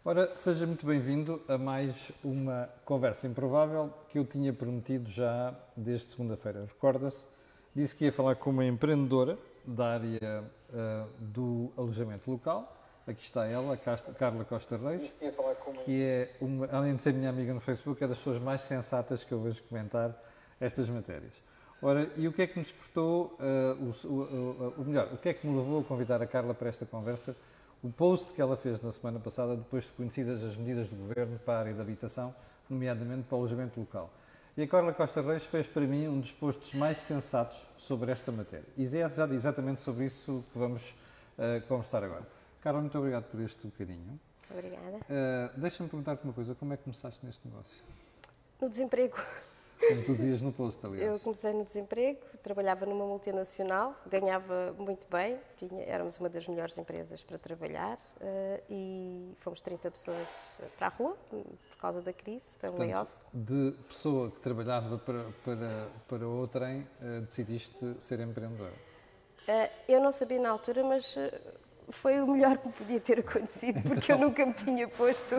Ora, seja muito bem-vindo a mais uma conversa improvável que eu tinha prometido já desde segunda-feira. Recorda-se, disse que ia falar com uma empreendedora da área do alojamento local. Aqui está ela, a Carla Costa Reis, que é, além de ser minha amiga no Facebook, é das pessoas mais sensatas que eu vejo comentar estas matérias. Ora, e o que é que me despertou, o que é que me levou a convidar a Carla para esta conversa? O post que ela fez na semana passada, depois de conhecidas as medidas do Governo para a área de habitação, nomeadamente para o alojamento local. E a Carla Costa Reis fez para mim um dos posts mais sensatos sobre esta matéria. E é exatamente sobre isso que vamos conversar agora. Carla, muito obrigado por este bocadinho. Obrigada. Deixa-me perguntar-te uma coisa, como é que começaste neste negócio? No desemprego. Como tu dizias no post, aliás. Eu comecei no desemprego, trabalhava numa multinacional, ganhava muito bem, éramos uma das melhores empresas para trabalhar e fomos 30 pessoas para a rua por causa da crise, foi um layoff. De pessoa que trabalhava para outrem, decidiste ser empreendedora? Eu não sabia na altura, mas foi o melhor que me podia ter acontecido, porque eu nunca me tinha posto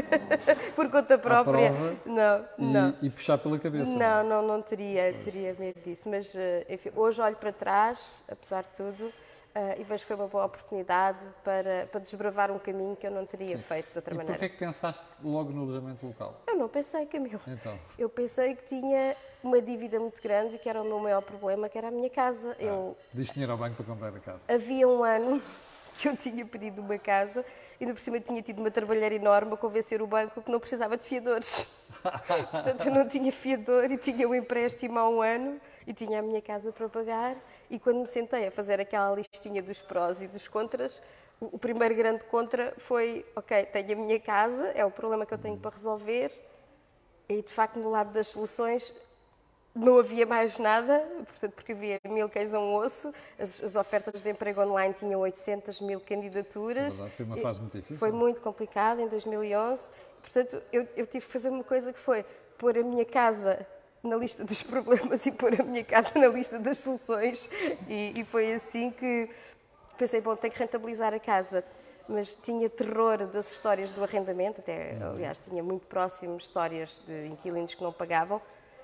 por conta própria. À prova não. E puxar pela cabeça. Não teria medo disso. Mas, enfim, hoje olho para trás, apesar de tudo, e vejo que foi uma boa oportunidade para desbravar um caminho que eu não teria feito de outra maneira. E porquê é que pensaste logo no alojamento local? Eu não pensei, Camilo. Então. Eu pensei que tinha uma dívida muito grande e que era o meu maior problema, que era a minha casa. Diste dinheiro ao banco para comprar a casa? Havia um ano que eu tinha pedido uma casa e, ainda por cima, tinha tido uma trabalheira enorme a convencer o banco que não precisava de fiadores. Portanto, eu não tinha fiador e tinha um empréstimo há um ano e tinha a minha casa para pagar. E quando me sentei a fazer aquela listinha dos prós e dos contras, o primeiro grande contra foi, ok, tenho a minha casa, é o problema que eu tenho para resolver e, de facto, no lado das soluções, não havia mais nada, portanto, porque havia 1000 cães a um osso, as ofertas de emprego online tinham 800.000 candidaturas. É verdade, foi uma fase muito difícil. Foi muito complicado em 2011. Portanto, eu tive que fazer uma coisa que foi pôr a minha casa na lista dos problemas e pôr a minha casa na lista das soluções. E foi assim que pensei, bom, tenho que rentabilizar a casa. Mas tinha terror das histórias do arrendamento, aliás, tinha muito próximo histórias de inquilinos que não pagavam.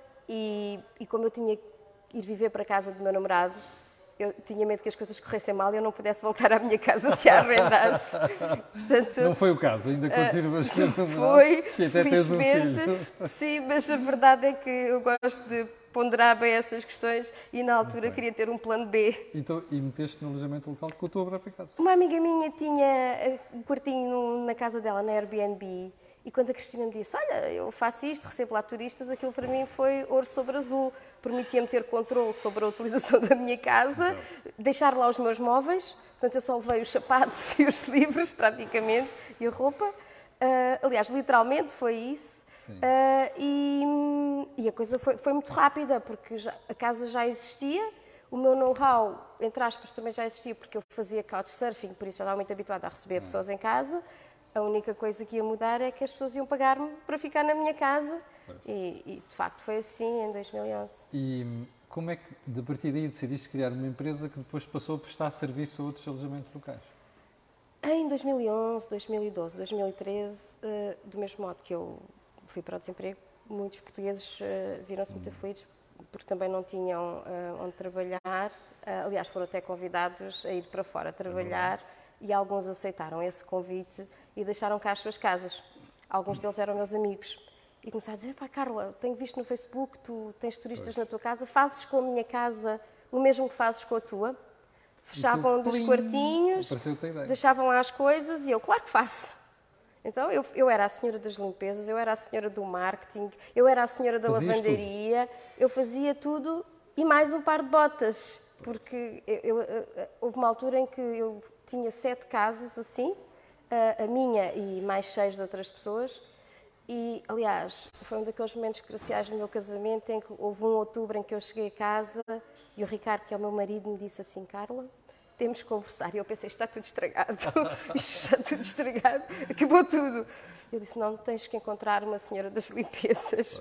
E como eu tinha que ir viver para a casa do meu namorado, eu tinha medo que as coisas corressem mal e eu não pudesse voltar à minha casa se a arrendasse. Portanto, não foi o caso, ainda continuas com o namorado. Foi, e até tens um filho. Sim, mas a verdade é que eu gosto de ponderar bem essas questões e na altura queria ter um plano B. Então, e meteste no alojamento local com a tua própria casa? Uma amiga minha tinha um quartinho na casa dela, na Airbnb. E quando a Cristina me disse, olha, eu faço isto, recebo lá turistas, aquilo para mim foi ouro sobre azul. Permitia-me ter controle sobre a utilização da minha casa, deixar lá os meus móveis, portanto eu só levei os sapatos e os livros, praticamente, e a roupa. Aliás, literalmente foi isso. E a coisa foi muito rápida, porque a casa já existia, o meu know-how, entre aspas, também já existia, porque eu fazia couchsurfing, por isso já estava muito habituada a receber pessoas em casa. A única coisa que ia mudar é que as pessoas iam pagar-me para ficar na minha casa e de facto foi assim em 2011. E como é que, a partir daí, decidiste criar uma empresa que depois passou a prestar serviço a outros alojamentos locais? Em 2011, 2012, 2013, do mesmo modo que eu fui para o desemprego, muitos portugueses viram-se muito aflitos porque também não tinham onde trabalhar. Aliás, foram até convidados a ir para fora trabalhar. E alguns aceitaram esse convite e deixaram cá as suas casas. Alguns deles eram meus amigos. E começaram a dizer, pá, Carla, tenho visto no Facebook, tu tens turistas na tua casa, fazes com a minha casa o mesmo que fazes com a tua? Fechavam um dos quartinhos, deixavam lá as coisas e eu, claro que faço. Então, eu era a senhora das limpezas, eu era a senhora do marketing, eu era a senhora da lavandaria, eu fazia tudo e mais um par de botas. Porque houve uma altura em que eu tinha 7 casas assim, a minha e mais 6 de outras pessoas. E, aliás, foi um daqueles momentos cruciais no meu casamento em que houve um outubro em que eu cheguei a casa e o Ricardo, que é o meu marido, me disse assim, Carla, temos que conversar. E eu pensei, está tudo estragado, isto está tudo estragado, acabou tudo. Eu disse, não, tens que encontrar uma senhora das limpezas.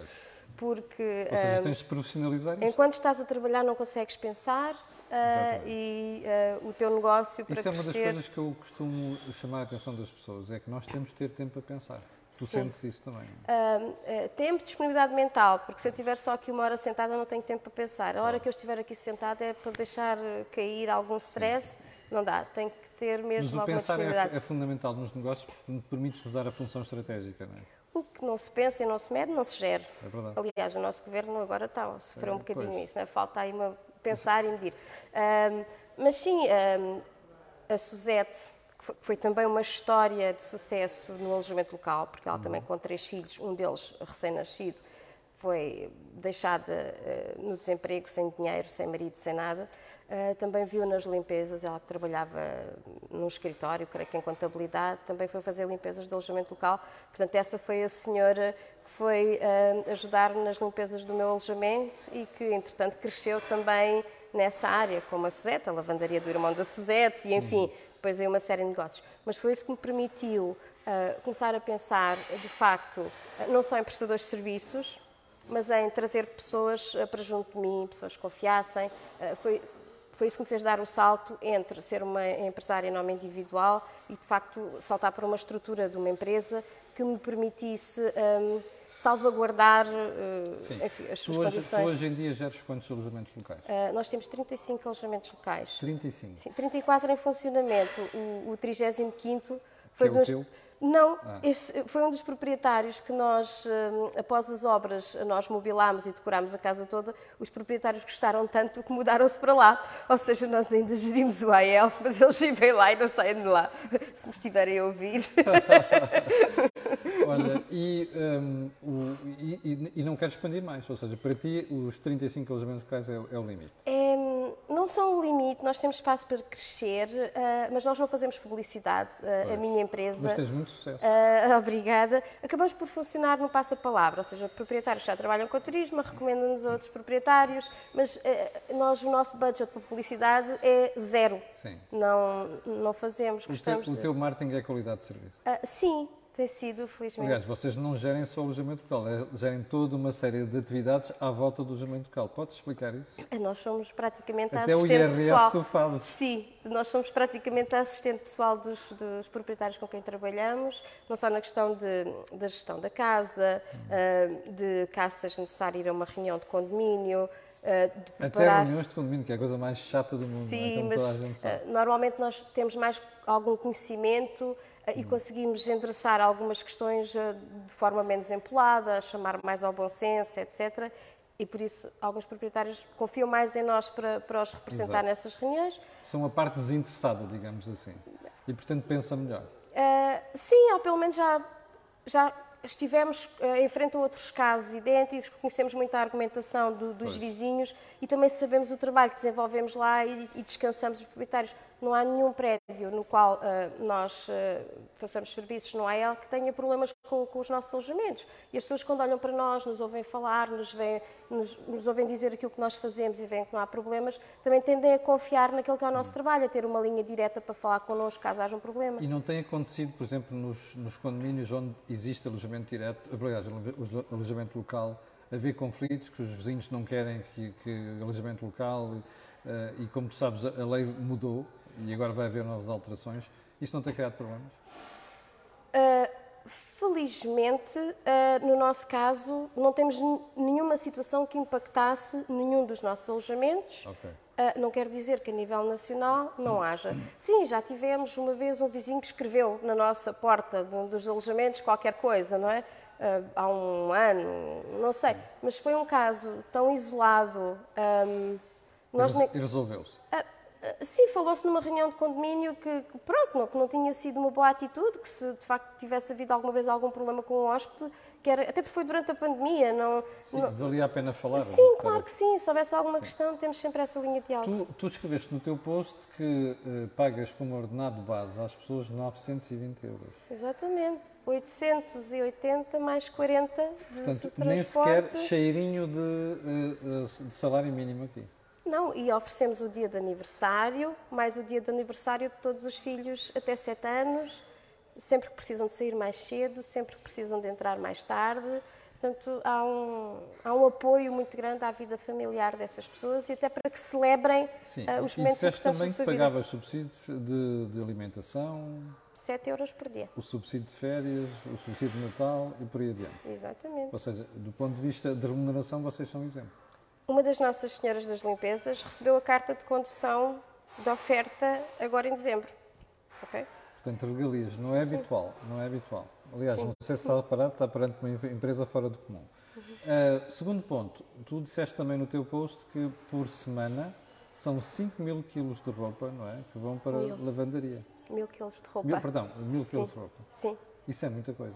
porque Ou seja, tens de profissionalizar isso. enquanto estás a trabalhar não consegues pensar e o teu negócio para isso é uma das crescer... coisas que eu costumo chamar a atenção das pessoas, é que nós temos de ter tempo a pensar. Tu sentes isso também? Tempo, disponibilidade mental, porque se eu estiver só aqui uma hora sentada eu não tenho tempo para pensar. A hora que eu estiver aqui sentada é para deixar cair algum stress, não dá, tem que ter mesmo alguma disponibilidade. Mas o pensar é fundamental nos negócios porque permite estudar a função estratégica, não é? O que não se pensa e não se mede, não se gera. É verdade. Aliás, o nosso governo agora está a sofrer um bocadinho Pois. isso, não é? Falta aí pensar e medir. Mas sim, a Suzete, que foi também uma história de sucesso no alojamento local, porque ela também com 3 filhos, um deles recém-nascido, foi deixada no desemprego, sem dinheiro, sem marido, sem nada. Também viu nas limpezas, ela que trabalhava num escritório, creio que em contabilidade, também foi fazer limpezas de alojamento local. Portanto, essa foi a senhora que foi ajudar nas limpezas do meu alojamento e que, entretanto, cresceu também nessa área, como a Suzete, a lavandaria do irmão da Suzete, e enfim, depois aí uma série de negócios. Mas foi isso que me permitiu começar a pensar, de facto, não só em prestadores de serviços, mas em trazer pessoas para junto de mim, pessoas que confiassem. Foi isso que me fez dar o salto entre ser uma empresária em nome individual e, de facto, saltar para uma estrutura de uma empresa que me permitisse salvaguardar enfim, as suas condições. Tu hoje em dia geres quantos alojamentos locais? Nós temos 35 alojamentos locais. 35? Sim, 34 em funcionamento. O 35º foi Que é o teu? Não, este foi um dos proprietários que nós, após as obras, nós mobilámos e decorámos a casa toda. Os proprietários gostaram tanto que mudaram-se para lá. Ou seja, nós ainda gerimos o AL, mas eles vivem lá e não saem de lá, se me estiverem a ouvir. Olha, e não queres expandir mais? Ou seja, para ti os 35 alojamentos locais é o limite? Não são o limite, nós temos espaço para crescer, mas nós não fazemos publicidade, a minha empresa... Mas tens muito sucesso. Obrigada. Acabamos por funcionar no passa-palavra, ou seja, proprietários já trabalham com turismo, recomendam-nos a outros proprietários, mas o nosso budget para publicidade é zero. Sim. Não fazemos, gostamos O teu marketing é qualidade de serviço? Sim. Tem sido, felizmente. Aliás, vocês não gerem só o alojamento local, gerem toda uma série de atividades à volta do alojamento local. Podes explicar isso? Nós somos praticamente a Até assistente pessoal. Até o IRS tu fazes. Sim, nós somos praticamente a assistente pessoal dos proprietários com quem trabalhamos, não só na questão da gestão da casa, de caso seja necessário ir a uma reunião de condomínio, de preparar... Até reuniões de condomínio, que é a coisa mais chata do mundo, Sim, como mas toda a gente sabe. Normalmente nós temos mais algum conhecimento e conseguimos endereçar algumas questões de forma menos empolada, chamar mais ao bom senso, etc. E por isso alguns proprietários confiam mais em nós para os representar nessas reuniões. São a parte desinteressada, digamos assim. E portanto pensa melhor. Sim, ou pelo menos já estivemos em frente a outros casos idênticos, conhecemos muita argumentação dos vizinhos e também sabemos o trabalho que desenvolvemos lá e descansamos os proprietários. Não há nenhum prédio no qual nós façamos serviços no AL que tenha problemas com os nossos alojamentos. E as pessoas, quando olham para nós, nos ouvem falar, nos ouvem dizer aquilo que nós fazemos e veem que não há problemas, também tendem a confiar naquilo que é o nosso trabalho, a ter uma linha direta para falar connosco caso haja um problema. E não tem acontecido, por exemplo, nos condomínios onde existe alojamento direto, aliás, alojamento local, haver conflitos que os vizinhos não querem que alojamento local e como tu sabes a lei mudou e agora vai haver novas alterações, isso não tem criado problemas? Felizmente, no nosso caso, não temos nenhuma situação que impactasse nenhum dos nossos alojamentos. Okay. Não quer dizer que a nível nacional não haja. Sim, já tivemos uma vez um vizinho que escreveu na nossa porta dos alojamentos qualquer coisa, não é? Há um ano, não sei. Mas foi um caso tão isolado. E resolveu-se? Sim, falou-se numa reunião de condomínio que não tinha sido uma boa atitude, que se de facto tivesse havido alguma vez algum problema com o hóspede, até porque foi durante a pandemia. Valia a pena falar? Sim, claro que sim. Se houvesse alguma questão, temos sempre essa linha de diálogo. Tu escreveste no teu post que pagas como ordenado base às pessoas 920 euros. Exatamente. 880 mais 40 de Portanto, transporte. nem sequer cheirinho de salário mínimo aqui. Não, e oferecemos o dia de aniversário, mais o dia de aniversário de todos os filhos até 7 anos, sempre que precisam de sair mais cedo, sempre que precisam de entrar mais tarde. Portanto, há um apoio muito grande à vida familiar dessas pessoas e até para que celebrem os momentos importantes da sua vida. E também que pagavas subsídios de alimentação, 7 euros por dia. o subsídio de férias, o subsídio de Natal e por aí adiante. Exatamente. Ou seja, do ponto de vista de remuneração, vocês são um exemplo. Uma das nossas senhoras das limpezas recebeu a carta de condução de oferta agora em dezembro. Ok? Portanto, regalias, não é habitual, não é habitual. Aliás, não sei se está a parar, está perante uma empresa fora do comum. Segundo ponto, tu disseste também no teu post que por semana são 5.000 quilos de roupa, não é? Que vão para a lavandaria. 1.000 quilos de roupa. Perdão, 1.000 quilos de roupa. Sim. Isso é muita coisa.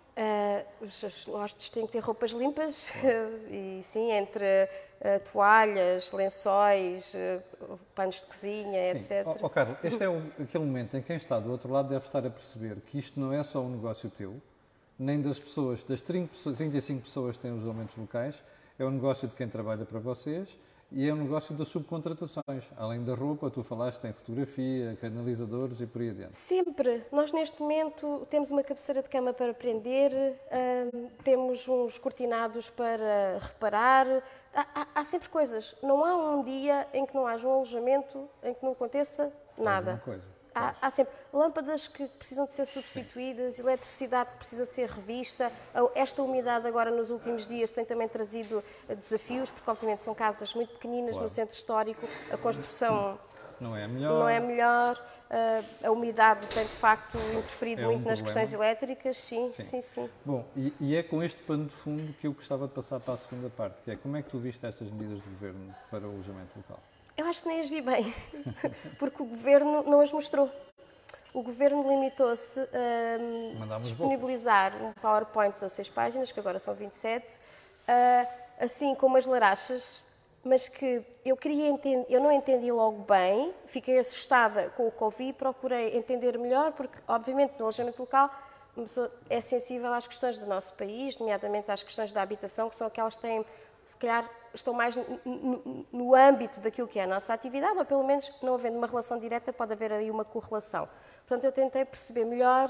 Os hóspedes têm que ter roupas limpas e sim, entre toalhas, lençóis, panos de cozinha, Sim. etc. Carlos, este é aquele momento em que quem está do outro lado deve estar a perceber que isto não é só um negócio teu, nem das pessoas, das 35 pessoas que têm os elementos locais, é um negócio de quem trabalha para vocês e é um negócio das subcontratações. Além da roupa, tu falaste, tem fotografia, canalizadores e por aí adiante. Sempre. Nós, neste momento, temos uma cabeceira de cama para prender, temos uns cortinados para reparar. Há sempre coisas. Não há um dia em que não haja um alojamento, em que não aconteça nada. Alguma coisa. Há sempre lâmpadas que precisam de ser substituídas, eletricidade que precisa ser revista. Esta umidade agora nos últimos dias tem também trazido desafios, porque obviamente são casas muito pequeninas no centro histórico, a construção não é melhor. Não é melhor. A umidade tem de facto interferido muito nas questões elétricas, sim. Bom, e é com este pano de fundo que eu gostava de passar para a segunda parte, que é como é que tu viste estas medidas do Governo para o alojamento local? Eu acho que nem as vi bem, porque o Governo não as mostrou. O Governo limitou-se a disponibilizar um PowerPoint de 16 páginas, que agora são 27, assim como as larachas, mas que eu não entendi logo bem, fiquei assustada com o que ouvi, procurei entender melhor, porque obviamente no alojamento local uma pessoa é sensível às questões do nosso país, nomeadamente às questões da habitação, que são aquelas que têm, se calhar, estão mais no âmbito daquilo que é a nossa atividade, ou pelo menos, não havendo uma relação direta, pode haver aí uma correlação. Portanto, eu tentei perceber melhor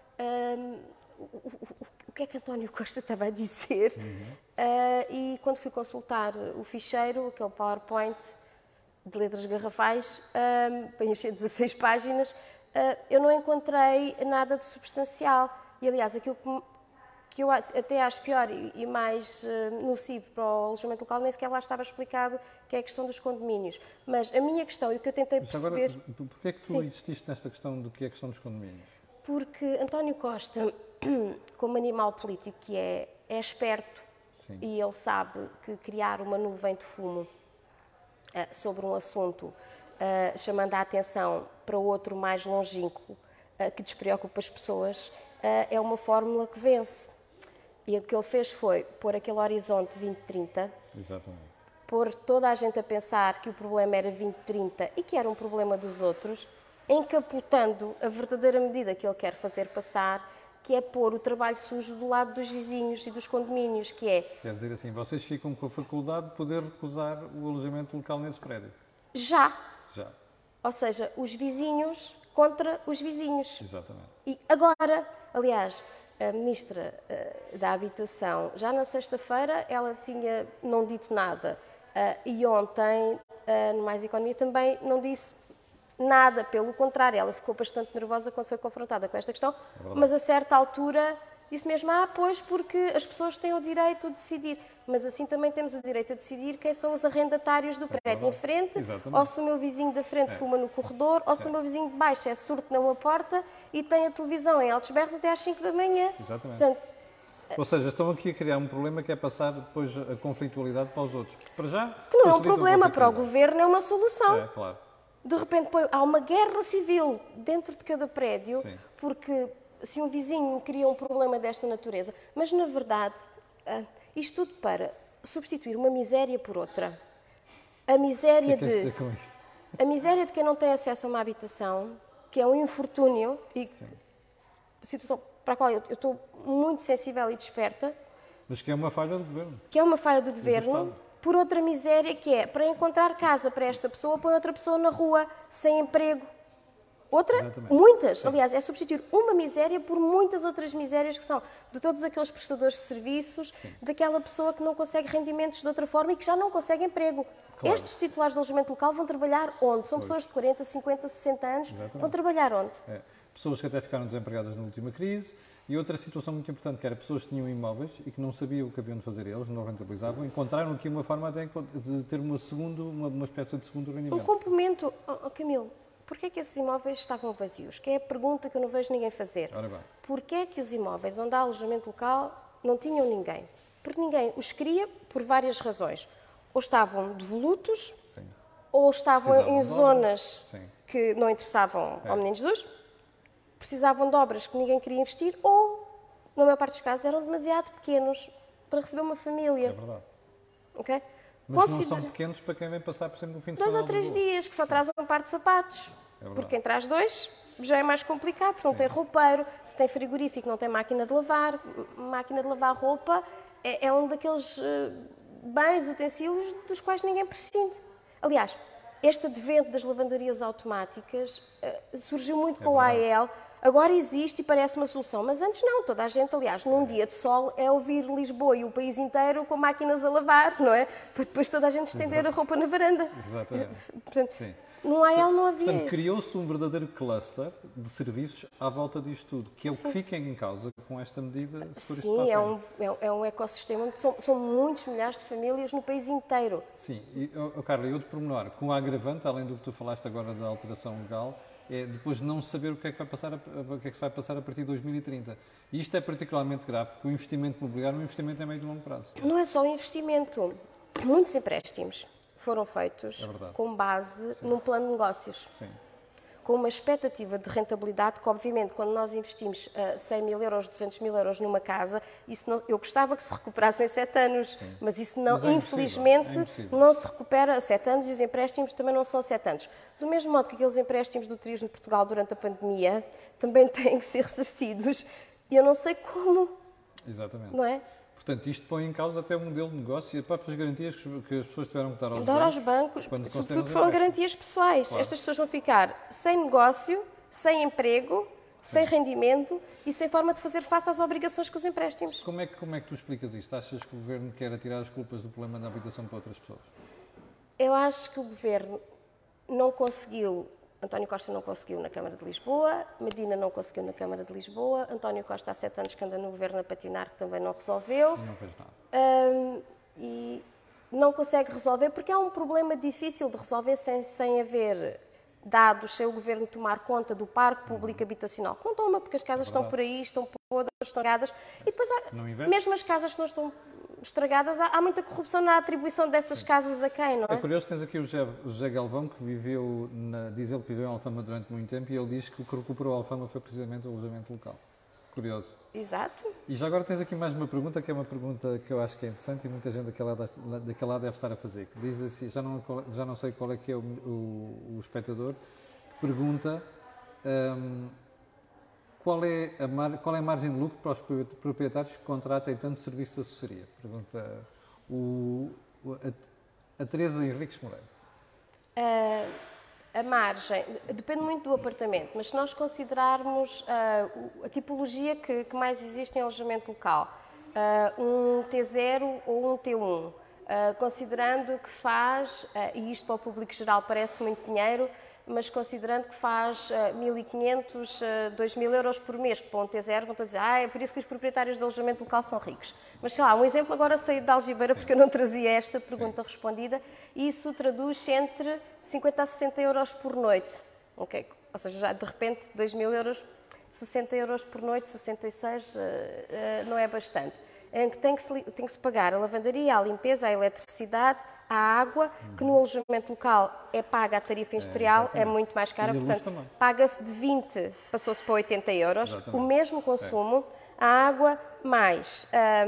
o que é que António Costa estava a dizer e quando fui consultar o ficheiro, aquele PowerPoint de letras garrafais, para encher 16 páginas, eu não encontrei nada de substancial. E, aliás, aquilo que eu até acho pior e mais nocivo para o alojamento local, nem sequer lá estava explicado, que é a questão dos condomínios. Mas a minha questão e o que eu tentei perceber... Agora, porquê é que tu insististe nesta questão do que é a questão dos condomínios? Porque António Costa, como animal político que é esperto. Sim. E ele sabe que criar uma nuvem de fumo sobre um assunto, chamando a atenção para outro mais longínquo, que despreocupa as pessoas, é uma fórmula que vence. E o que ele fez foi pôr aquele horizonte 2030, exatamente, pôr toda a gente a pensar que o problema era 2030 e que era um problema dos outros, encapotando a verdadeira medida que ele quer fazer passar, que é pôr o trabalho sujo do lado dos vizinhos e dos condomínios, que é... Quer dizer assim, vocês ficam com a faculdade de poder recusar o alojamento local nesse prédio? Já. Ou seja, os vizinhos contra os vizinhos. Exatamente. E agora, aliás, a Ministra da Habitação, já na sexta-feira, ela tinha não dito nada. E ontem, no Mais Economia, também não disse nada, pelo contrário, ela ficou bastante nervosa quando foi confrontada com esta questão, mas a certa altura disse mesmo, pois, porque as pessoas têm o direito de decidir, mas assim também temos o direito a decidir quem são os arrendatários do prédio em frente, ou se o meu vizinho da frente fuma no corredor, ou se o meu vizinho de baixo é surdo na minha porta e tem a televisão em altos berros até às 5 da manhã. Exatamente. Portanto, ou seja, estão aqui a criar um problema que é passar depois a conflitualidade para os outros. Para já... Que não é um problema, para o Governo é uma solução. É, claro. De repente há uma guerra civil dentro de cada prédio, sim, porque se um vizinho cria um problema desta natureza, mas na verdade, isto tudo para substituir uma miséria por outra. A miséria a miséria de quem não tem acesso a uma habitação, que é um infortúnio, e situação para a qual eu estou muito sensível e desperta. Mas que é uma falha do Governo. Que é uma falha do Governo. Por outra miséria que é, para encontrar casa para esta pessoa, põe outra pessoa na rua, sem emprego. outra, Exatamente. muitas. Sim. Aliás, é substituir uma miséria por muitas outras misérias que são de todos aqueles prestadores de serviços, daquela pessoa que não consegue rendimentos de outra forma e que já não consegue emprego. Claro. Estes titulares de alojamento local vão trabalhar onde? São pessoas de 40, 50, 60 anos, Exatamente. vão trabalhar onde? É. Pessoas que até ficaram desempregadas na última crise e outra situação muito importante, que era pessoas que tinham imóveis e que não sabiam o que haviam de fazer eles, não rentabilizavam, encontraram aqui uma forma de ter uma espécie de segundo Um rendimento. complemento, Camilo, porquê é que esses imóveis estavam vazios? Que é a pergunta que eu não vejo ninguém fazer. Ora bem. Porquê é que os imóveis onde há alojamento local não tinham ninguém? Porque ninguém os queria por várias razões. Ou estavam devolutos, Sim. ou estavam Precisavam em de zonas obras. Sim. que não interessavam ao Menino Jesus, precisavam de obras que ninguém queria investir, ou, na maior parte dos casos, eram demasiado pequenos para receber uma É família. verdade. Ok? Mas não são pequenos para quem vem passar, por exemplo, no fim de 2 semana. ou 3 a Lisboa. dias, que só traz um par de sapatos. verdade. Porque quem traz 2 já é mais complicado, porque não tem roupeiro, se tem frigorífico, não tem máquina de lavar. Máquina de lavar roupa é um daqueles bens, utensílios dos quais ninguém prescinde. Aliás, este advento das lavanderias automáticas surgiu muito com o AEL. Agora existe e parece uma solução, mas antes não. Toda a gente, aliás, num dia de sol, é ouvir Lisboa e o país inteiro com máquinas a lavar, não é? Para depois toda a gente estender a roupa na varanda. Exatamente. Portanto, Sim. no AEL não havia Portanto, isso. criou-se um verdadeiro cluster de serviços à volta disto tudo, que é o que fica em causa com esta medida, se for isto Sim, para a frente. é um ecossistema onde são muitos milhares de famílias no país inteiro. Sim, e, Carla, e outro pormenor, com a agravante, além do que tu falaste agora da alteração legal, é depois não saber o que é que vai passar o que é que se vai passar a partir de 2030. E isto é particularmente grave, porque o investimento imobiliário é um investimento a médio e longo prazo. Não é só o investimento. Muitos empréstimos foram feitos com base num plano de negócios. Sim. Com uma expectativa de rentabilidade que, obviamente, quando nós investimos 100 mil euros, 200 mil euros numa casa, isso não, eu gostava que se recuperasse em 7 anos, mas isso não, Mas é infelizmente, impossível. não se recupera a 7 anos e os empréstimos também não são a 7 anos. Do mesmo modo que aqueles empréstimos do turismo de Portugal durante a pandemia também têm que ser ressarcidos, e eu não sei como, Exatamente. não é? Portanto, isto põe em causa até o modelo de negócio e as próprias garantias que as pessoas tiveram que dar aos Dar aos bancos. bancos, quando sobretudo concedem os foram empréstimos. garantias pessoais. Claro. Estas pessoas vão ficar sem negócio, sem emprego, sem rendimento e sem forma de fazer face às obrigações com os empréstimos. Como é que tu explicas isto? Achas que o Governo quer atirar as culpas do problema da habitação para outras pessoas? Eu acho que o Governo não conseguiu, António Costa não conseguiu na Câmara de Lisboa, Medina não conseguiu na Câmara de Lisboa, António Costa há 7 anos que anda no Governo a patinar, que também não resolveu. Não fez nada. E não consegue resolver porque é um problema difícil de resolver sem haver dados, sem o Governo tomar conta do parque público habitacional, que não toma, porque as casas estão por aí, estão podres, estragadas, e depois Não investe. mesmo as casas que não estão estragadas, há muita corrupção na atribuição dessas casas a quem, não É é? curioso, tens aqui o José Galvão, que viveu, diz ele que viveu em Alfama durante muito tempo, e ele diz que o que recuperou a Alfama foi precisamente o alojamento local. Curioso. Exato. E já agora tens aqui mais uma pergunta, que é uma pergunta que eu acho que é interessante e muita gente daquele lado deve estar a fazer, que diz assim, já não sei qual é que é o espectador, que pergunta qual é a margem de lucro para os proprietários que contratem tanto serviço de assessoria? Pergunta a Teresa Henriques Moreira. A margem depende muito do apartamento, mas se nós considerarmos a tipologia que mais existe em alojamento local, um T0 ou um T1, considerando que faz, e isto para o público geral parece muito dinheiro, mas considerando que faz 1.500, 2.000 euros por mês, que para um T0 vão dizer, é por isso que os proprietários de alojamento local são ricos. Mas sei lá, um exemplo agora saí de Algibeira, porque eu não trazia esta pergunta respondida, e isso traduz entre 50 a 60 euros por noite. Okay? Ou seja, já de repente 2.000 euros, 60 euros por noite, 66 não é bastante. Em que tem que se pagar a lavandaria, a limpeza, a eletricidade, a água, que no alojamento local é paga a tarifa industrial, é muito mais cara, E a luz portanto, também. paga-se de 20, passou-se para 80 euros, Exatamente. o mesmo consumo, a água, mais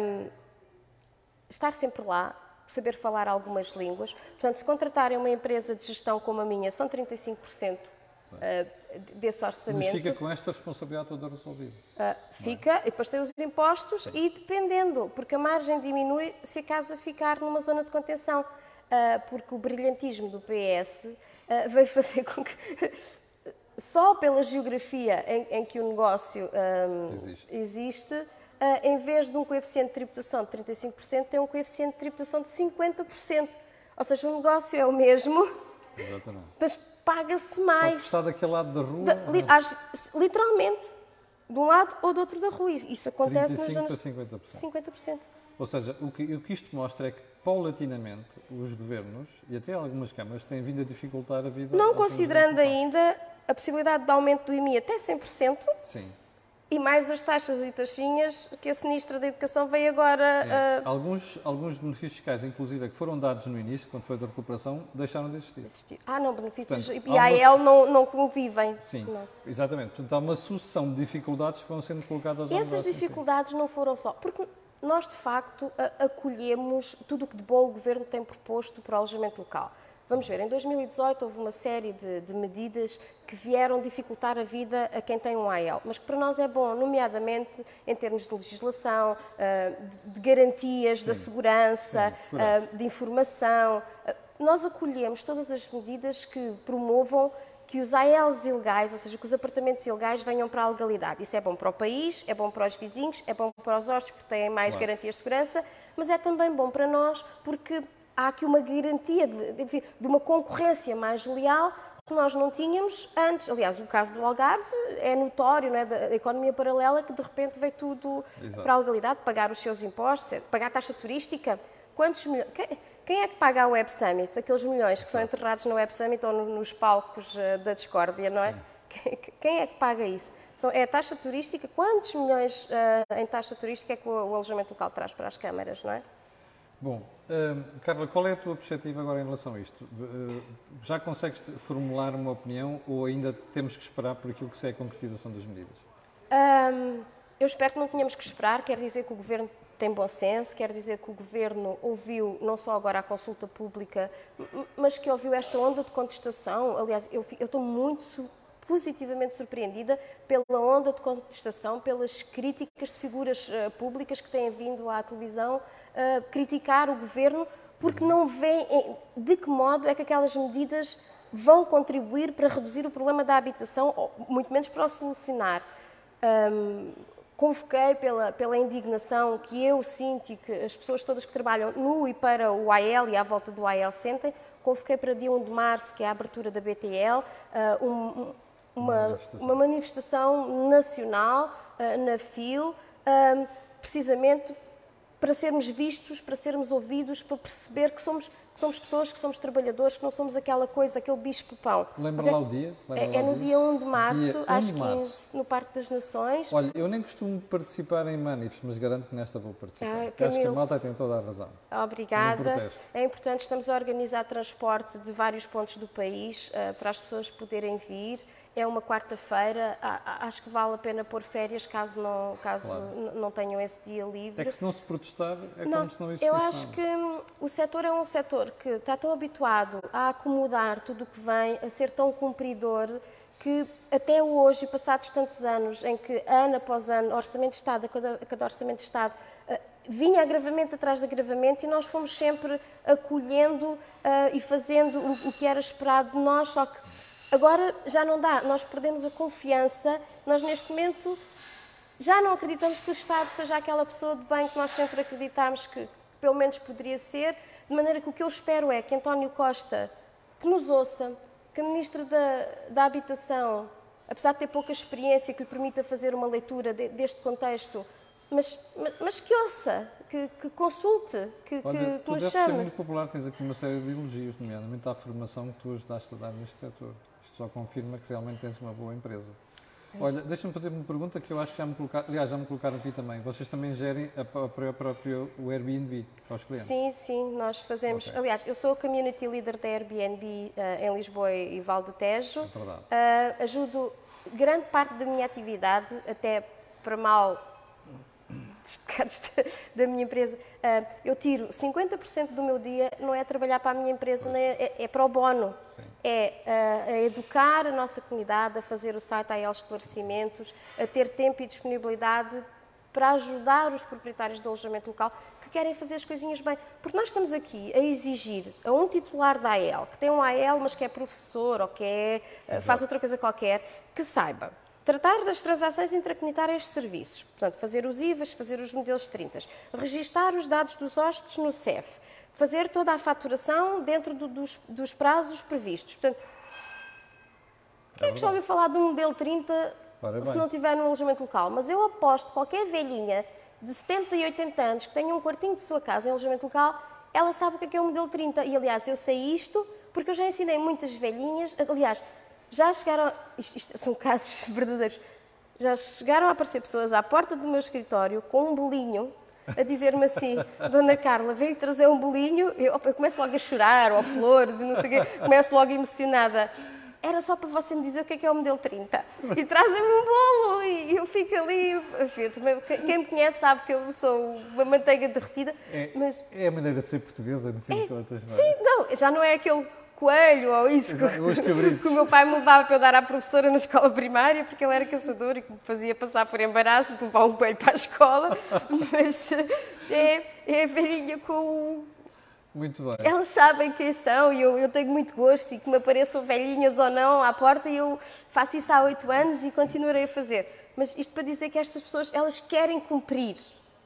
estar sempre lá, saber falar algumas línguas. Portanto, se contratarem uma empresa de gestão como a minha, são 35% desse Mas orçamento. fica com esta responsabilidade toda resolvida. Fica, e depois tem os impostos e dependendo, porque a margem diminui se a casa ficar numa zona de contenção, porque o brilhantismo do PS veio fazer com que só pela geografia em que o negócio existe, em vez de um coeficiente de tributação de 35%, tem um coeficiente de tributação de 50%. Ou seja, o negócio é o mesmo, Exatamente. mas paga-se Só que mais. está daquele lado da rua, Literalmente, de um lado ou do outro da rua. Isso acontece nas 35% zonas... para 50%. 50%. Ou seja, o que isto mostra é que, paulatinamente, os governos e até algumas câmaras têm vindo a dificultar a vida... Não ao considerando transeunte local. ainda a possibilidade de aumento do IMI até 100%, Sim. e mais as taxas e taxinhas que a Ministra da Educação veio agora Alguns benefícios fiscais, inclusive, que foram dados no início, quando foi da recuperação, deixaram de existir. existir. Não, benefícios Portanto, IAL não convivem. Sim, Não. exatamente. Portanto, há uma sucessão de dificuldades que vão sendo colocadas ao Essas negócio em si. dificuldades não foram só, porque nós, de facto, acolhemos tudo o que de bom o Governo tem proposto para o alojamento local. Vamos ver, em 2018 houve uma série de medidas que vieram dificultar a vida a quem tem um AL, mas que para nós é bom, nomeadamente em termos de legislação, de garantias da segurança, de informação. Nós acolhemos todas as medidas que promovam que os ALs ilegais, ou seja, que os apartamentos ilegais venham para a legalidade. Isso é bom para o país, é bom para os vizinhos, é bom para os hóspedes porque têm mais garantias de segurança, mas é também bom para nós porque há aqui uma garantia de uma concorrência mais leal que nós não tínhamos antes. Aliás, o caso do Algarve é notório, não é? Da economia paralela, que de repente veio tudo para a legalidade, pagar os seus impostos, pagar a taxa turística. Quantos milhões? Quem é que paga a Web Summit? Aqueles milhões que são enterrados na Web Summit ou nos palcos da discórdia, não é? Quem é que paga isso? É a taxa turística? Quantos milhões em taxa turística é que o alojamento local traz para as câmaras, não é? Bom, Carla, qual é a tua perspectiva agora em relação a isto? Já consegues formular uma opinião ou ainda temos que esperar por aquilo que é a concretização das medidas? Eu espero que não tenhamos que esperar, quer dizer que o Governo tem bom senso, quer dizer que o Governo ouviu não só agora a consulta pública, mas que ouviu esta onda de contestação. Aliás, eu estou muito positivamente surpreendida pela onda de contestação, pelas críticas de figuras públicas que têm vindo à televisão criticar o Governo, porque não veem de que modo é que aquelas medidas vão contribuir para reduzir o problema da habitação, ou muito menos para o solucionar. Convoquei pela indignação que eu sinto e que as pessoas todas que trabalham no e para o AL e à volta do AL sentem, convoquei para dia 1 de março, que é a abertura da BTL, uma manifestação nacional na FIL, precisamente para sermos vistos, para sermos ouvidos, para perceber que somos pessoas, que somos trabalhadores, que não somos aquela coisa, aquele bicho-papão. Lembra lá o dia? É no dia 1 de março, Dia 1 às de 15, março. no Parque das Nações. Olha, eu nem costumo participar em manifes, mas garanto que nesta vou participar. Acho que a Camilo, malta tem toda a razão. obrigada. No protesto. É importante, estamos a organizar transporte de vários pontos do país para as pessoas poderem vir. É uma quarta-feira, acho que vale a pena pôr férias caso não tenham esse dia livre. É que se não se protestar, é Não, como se não existisse eu nada. acho que o setor é um setor que está tão habituado a acomodar tudo o que vem, a ser tão cumpridor, que até hoje, passados tantos anos, em que ano após ano, Orçamento de Estado, a cada Orçamento de Estado, vinha agravamento atrás de agravamento e nós fomos sempre acolhendo e fazendo o que era esperado de nós, só que agora já não dá, nós perdemos a confiança, nós neste momento já não acreditamos que o Estado seja aquela pessoa de bem que nós sempre acreditámos que pelo menos poderia ser, de maneira que o que eu espero é que António Costa, que nos ouça, que a Ministra da Habitação, apesar de ter pouca experiência, que lhe permita fazer uma leitura deste contexto, mas que ouça, que consulte, que Tu nos deves ser chame. muito popular, tens aqui uma série de elogios, nomeadamente à formação que tu ajudaste a dar neste setor. Isto só confirma que realmente tens uma boa empresa. Olha, deixa-me fazer uma pergunta que eu acho que já me colocaram aqui também. Vocês também gerem o Airbnb para os clientes? Sim, nós fazemos. Ok. Aliás, eu sou a Community Leader da Airbnb em Lisboa e Val do Tejo. É verdade. Ajudo grande parte da minha atividade, até para mal dos pecados da minha empresa. Eu tiro 50% do meu dia, não é trabalhar para a minha empresa, é para o bono. Sim. É a educar a nossa comunidade, a fazer o site AL Esclarecimentos, a ter tempo e disponibilidade para ajudar os proprietários de alojamento local que querem fazer as coisinhas bem. Porque nós estamos aqui a exigir a um titular da AEL, que tem um AEL, mas que é professor ou que faz outra coisa qualquer, que saiba tratar das transações intracomunitárias de serviços, portanto, fazer os IVAs, fazer os modelos 30, registar os dados dos hóspedes no CEF, fazer toda a faturação dentro dos prazos previstos. Portanto, quem é que já ouviu falar de um modelo 30 se não tiver no alojamento local? Mas eu aposto que qualquer velhinha de 70 e 80 anos que tenha um quartinho de sua casa em alojamento local, ela sabe o que é o modelo 30. E, aliás, eu sei isto porque eu já ensinei muitas velhinhas. Aliás, já chegaram... Isto são casos verdadeiros. Já chegaram a aparecer pessoas à porta do meu escritório com um bolinho a dizer-me assim: Dona Carla, veio trazer um bolinho. Eu começo logo a chorar, ou flores, e não sei o quê. Começo logo emocionada. Era só para você me dizer o que é o modelo 30. E trazem-me um bolo e eu fico ali. Enfim, quem me conhece sabe que eu sou uma manteiga derretida. Mas é a maneira de ser portuguesa, no fim de contas. Sim, não, já não é aquele coelho ou isso que o meu pai me levava para eu dar à professora na escola primária, porque ele era caçador e me fazia passar por embaraços de levar um coelho para a escola. Mas é a velhinha com o... Muito bem. Elas sabem quem são e eu tenho muito gosto e que me apareçam velhinhas ou não à porta e eu faço isso há 8 anos e continuarei a fazer. Mas isto para dizer que estas pessoas, elas querem cumprir.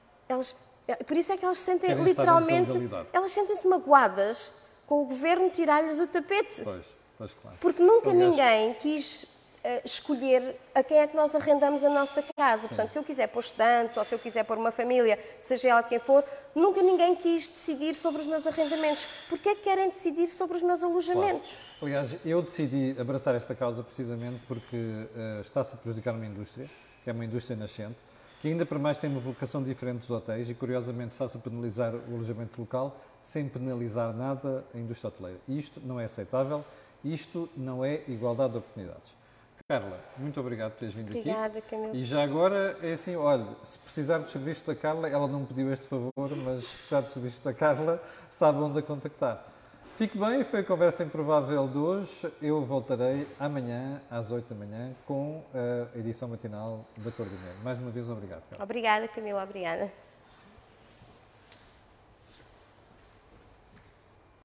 Por isso é que elas se sentem Querem literalmente... Elas sentem-se magoadas com o governo tirar-lhes o tapete. Pois, claro. Porque nunca ninguém quis escolher a quem é que nós arrendamos a nossa casa. Sim. Portanto, se eu quiser pôr estudantes ou se eu quiser pôr uma família, seja ela quem for, nunca ninguém quis decidir sobre os meus arrendamentos. Porquê é que querem decidir sobre os meus alojamentos? Claro. Aliás, eu decidi abraçar esta causa precisamente porque está-se a prejudicar uma indústria, que é uma indústria nascente, que ainda para mais tem uma vocação diferente dos hotéis e, curiosamente, está-se a penalizar o alojamento local sem penalizar nada a indústria hoteleira. Isto não é aceitável, isto não é igualdade de oportunidades. Carla, muito obrigado por teres vindo aqui. Obrigada, Camilo. E já agora, é assim, olha, se precisar do serviço da Carla, ela não me pediu este favor, mas se precisar do serviço da Carla, sabe onde a contactar. Fique bem, foi a Conversa Improvável de hoje. Eu voltarei amanhã, às 8 da manhã, com a edição matinal da Cor do Dinheiro. Mais uma vez, obrigado, Carla. Obrigada, Camilo, obrigada.